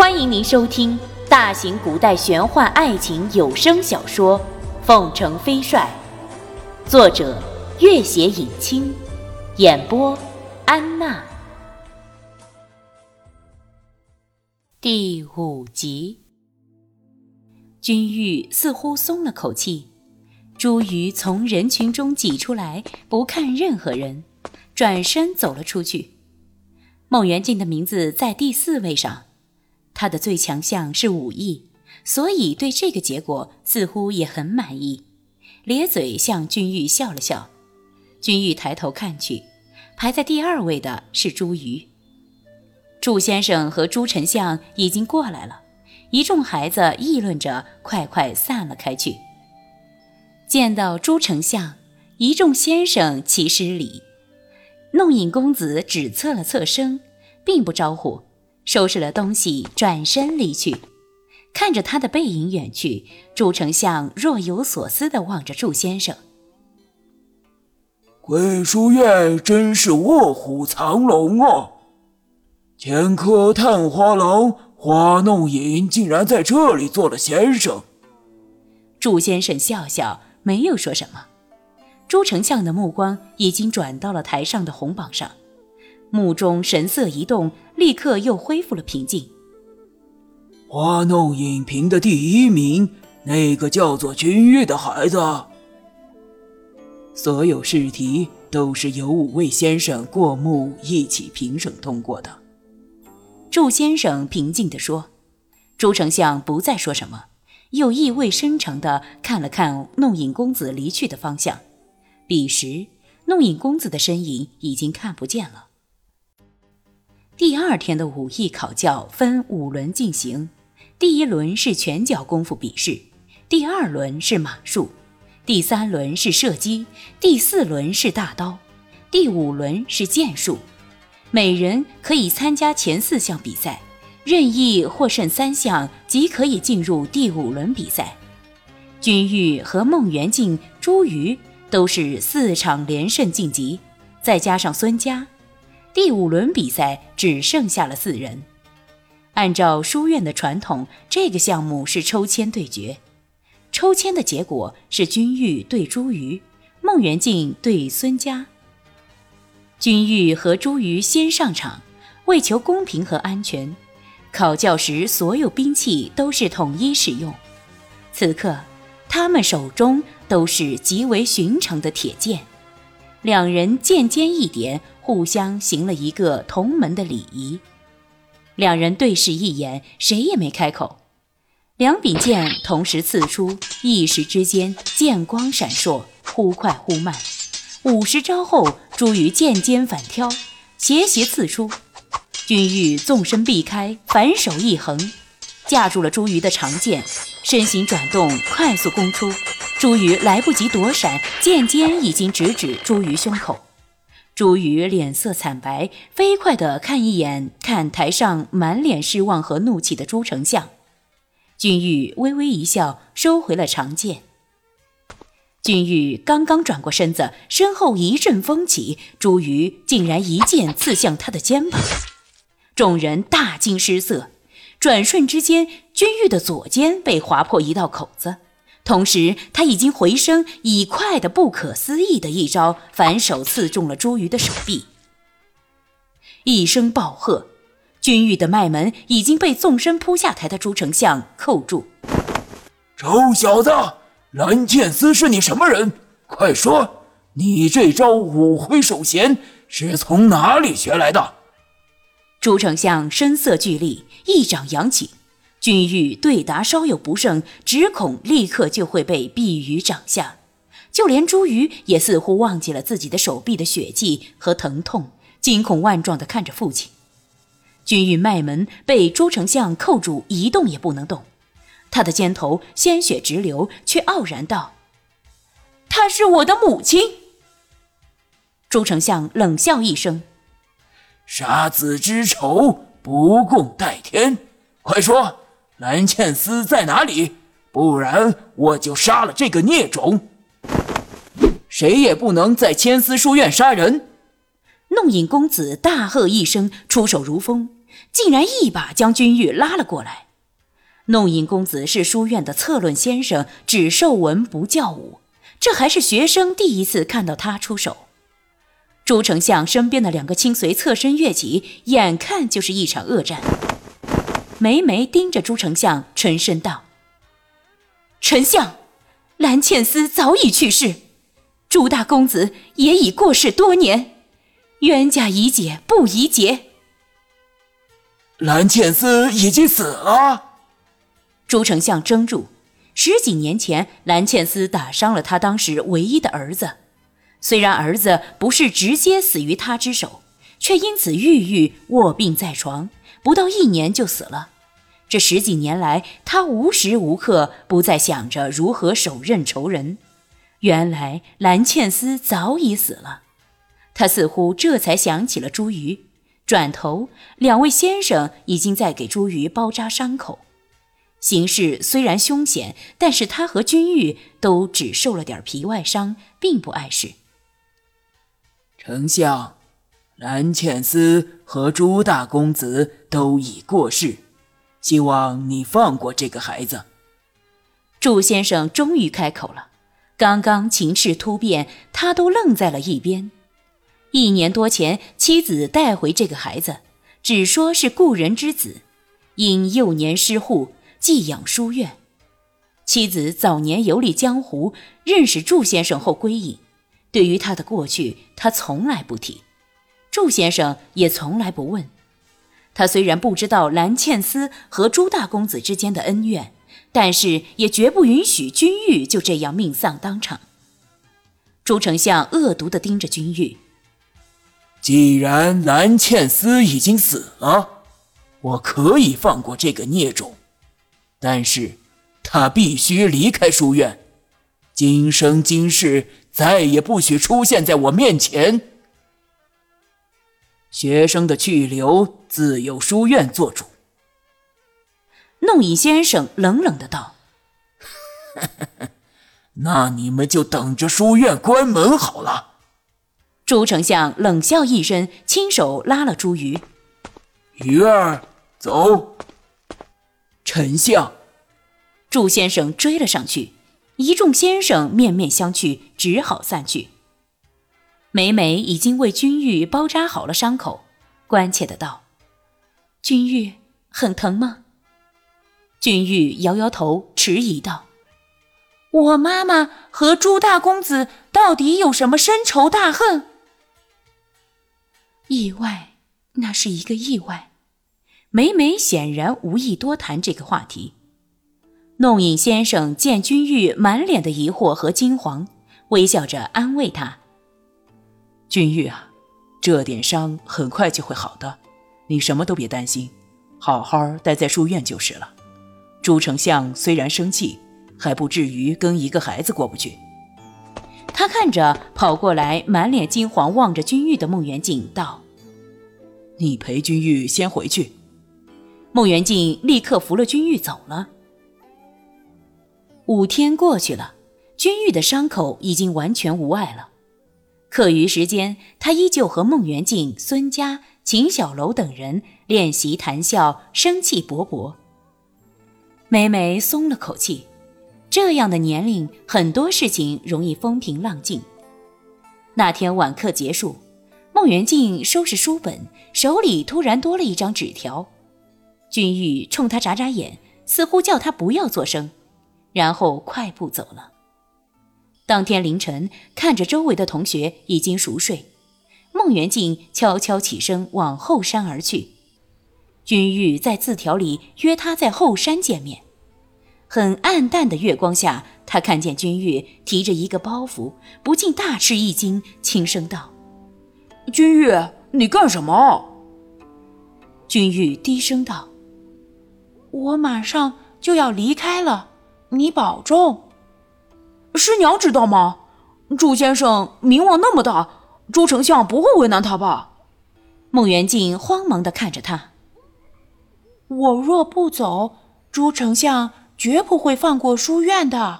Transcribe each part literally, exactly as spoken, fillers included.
欢迎您收听大型古代玄幻爱情有声小说《凤城飞帅》，作者月写影清，演播安娜。第五集，君玉似乎松了口气，朱瑜从人群中挤出来，不看任何人，转身走了出去。孟元敬的名字在第四位上，他的最强项是武艺，所以对这个结果似乎也很满意，咧嘴向君玉笑了笑。君玉抬头看去，排在第二位的是朱瑜。祝先生和朱丞相已经过来了，一众孩子议论着，快快散了开去。见到朱丞相，一众先生齐施礼。弄影公子只侧了侧身，并不招呼，收拾了东西转身离去。看着他的背影远去，祝丞相若有所思地望着祝先生。 贵书院真是卧虎藏龙啊！前科探花郎花弄影竟然在这里做了先生。 祝先生笑笑，没有说什么。朱丞相的目光已经转到了台上的红榜上，目中神色一动，立刻又恢复了平静。 花弄影评的第一名，那个叫做君玉的孩子。所有试题都是由五位先生过目一起评审通过的。 祝先生平静地说。朱丞相不再说什么，又意味深长地看了看弄影公子离去的方向。彼时弄影公子的身影已经看不见了。第二天的武艺考教分五轮进行，第一轮是拳脚功夫比试，第二轮是马术，第三轮是射击，第四轮是大刀，第五轮是剑术。每人可以参加前四项比赛，任意获胜三项即可以进入第五轮比赛。君玉和孟元敬、朱瑜都是四场连胜晋级，再加上孙家，第五轮比赛只剩下了四人。按照书院的传统，这个项目是抽签对决。抽签的结果是君玉对朱瑜，孟元敬对孙家。君玉和朱瑜先上场，为求公平和安全，考教时所有兵器都是统一使用。此刻他们手中都是极为寻常的铁剑，两人剑尖一点，互相行了一个同门的礼仪。两人对视一眼，谁也没开口。两柄剑同时刺出，一时之间剑光闪烁，忽快忽慢。五十招后，朱瑜剑尖反挑，斜斜刺出。君玉纵身避开，反手一横，架住了朱瑜的长剑，身形转动，快速攻出。朱瑜来不及躲闪，剑尖已经直指朱瑜胸口。朱瑜脸色惨白，飞快地看一眼看台上满脸失望和怒气的朱丞相。君玉微微一笑，收回了长剑。君玉刚刚转过身子，身后一阵风起，朱瑜竟然一剑刺向他的肩膀。众人大惊失色，转瞬之间，君玉的左肩被划破一道口子，同时他已经回身，以快的不可思议的一招反手刺中了朱瑜的手臂。一声暴喝，君玉的脉门已经被纵身扑下台的朱丞相扣住。 臭小子，蓝剑司是你什么人？快说，你这招五回手弦是从哪里学来的？ 朱丞相声色俱厉，一掌扬起，君玉对答稍有不慎，只恐立刻就会被毙于掌下。就连朱瑜也似乎忘记了自己的手臂的血迹和疼痛，惊恐万状地看着父亲。君玉脉门被朱丞相扣住，一动也不能动。他的肩头鲜血直流，却傲然道：她是我的母亲。朱丞相冷笑一声： 杀子之仇，不共戴天。快说，蓝茜丝在哪里？不然我就杀了这个孽种。谁也不能在千丝书院杀人。 弄影公子大喝一声，出手如风， 竟然一把将君玉拉了过来。弄影公子是书院的策论先生，只授文不教武，这还是学生第一次看到他出手。朱丞相身边的两个亲随侧身跃起，眼看就是一场恶战。梅梅盯着朱丞相，沉声道：丞相，蓝茜丝早已去世，朱大公子也已过世多年，冤家宜解不宜结。 蓝茜丝已经死了。 朱丞相怔住，十几年前蓝茜丝打伤了他当时唯一的儿子，虽然儿子不是直接死于他之手，却因此郁郁卧病在床，不到一年就死了。这十几年来，他无时无刻不在想着如何手刃仇人。原来蓝茜丝早已死了。他似乎这才想起了茱萸，转头，两位先生已经在给茱萸包扎伤口。形势虽然凶险，但是他和君玉都只受了点皮外伤，并不碍事。 丞相，蓝茜丝和朱大公子都已过世，希望你放过这个孩子。 祝先生终于开口了，刚刚情势突变，他都愣在了一边。一年多前，妻子带回这个孩子，只说是故人之子，因幼年失户，寄养书院。妻子早年游历江湖，认识祝先生后归隐，对于他的过去，他从来不提，祝先生也从来不问。他虽然不知道蓝茜丝和朱大公子之间的恩怨，但是也绝不允许君玉就这样命丧当场。朱丞相恶毒地盯着君玉， 既然蓝茜丝已经死了，我可以放过这个孽种，但是他必须离开书院，今生今世再也不许出现在我面前。学生的去留自有书院做主。 弄影先生冷冷地道： 那你们就等着书院关门好了。 朱丞相冷笑一声，亲手拉了茱萸。 鱼儿，走。丞相。 祝先生追了上去，一众先生面面相觑，只好散去。美美已经为君玉包扎好了伤口，关切地道：君玉很疼吗？君玉摇摇头，迟疑道：我妈妈和朱大公子到底有什么深仇大恨？意外，那是一个意外。美美显然无意多谈这个话题。弄影先生见君玉满脸的疑惑和惊惶，微笑着安慰他： 君玉啊，这点伤很快就会好的，你什么都别担心，好好待在书院就是了。朱丞相虽然生气，还不至于跟一个孩子过不去。 他看着跑过来满脸惊惶望着君玉的孟元敬道： 你陪君玉先回去。 孟元敬立刻扶了君玉走了。五天过去了，君玉的伤口已经完全无碍了。课余时间，他依旧和孟元敬、孙家、秦小楼等人练习谈笑，生气勃勃。美美松了口气，这样的年龄，很多事情容易风平浪静。那天晚课结束，孟元敬收拾书本，手里突然多了一张纸条。君玉冲他眨眨眼，似乎叫他不要作声，然后快步走了。当天凌晨，看着周围的同学已经熟睡，孟元敬悄悄起身往后山而去。君玉在字条里约他在后山见面。很暗淡的月光下，他看见君玉提着一个包袱，不禁大吃一惊，轻声道： 君玉，你干什么？ 君玉低声道：我马上就要离开了，你保重。 师娘知道吗？祝先生名望那么大，朱丞相不会为难他吧？ 孟元敬慌忙地看着他：我若不走，朱丞相绝不会放过书院的。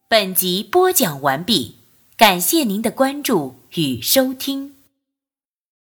本集播讲完毕，感谢您的关注与收听。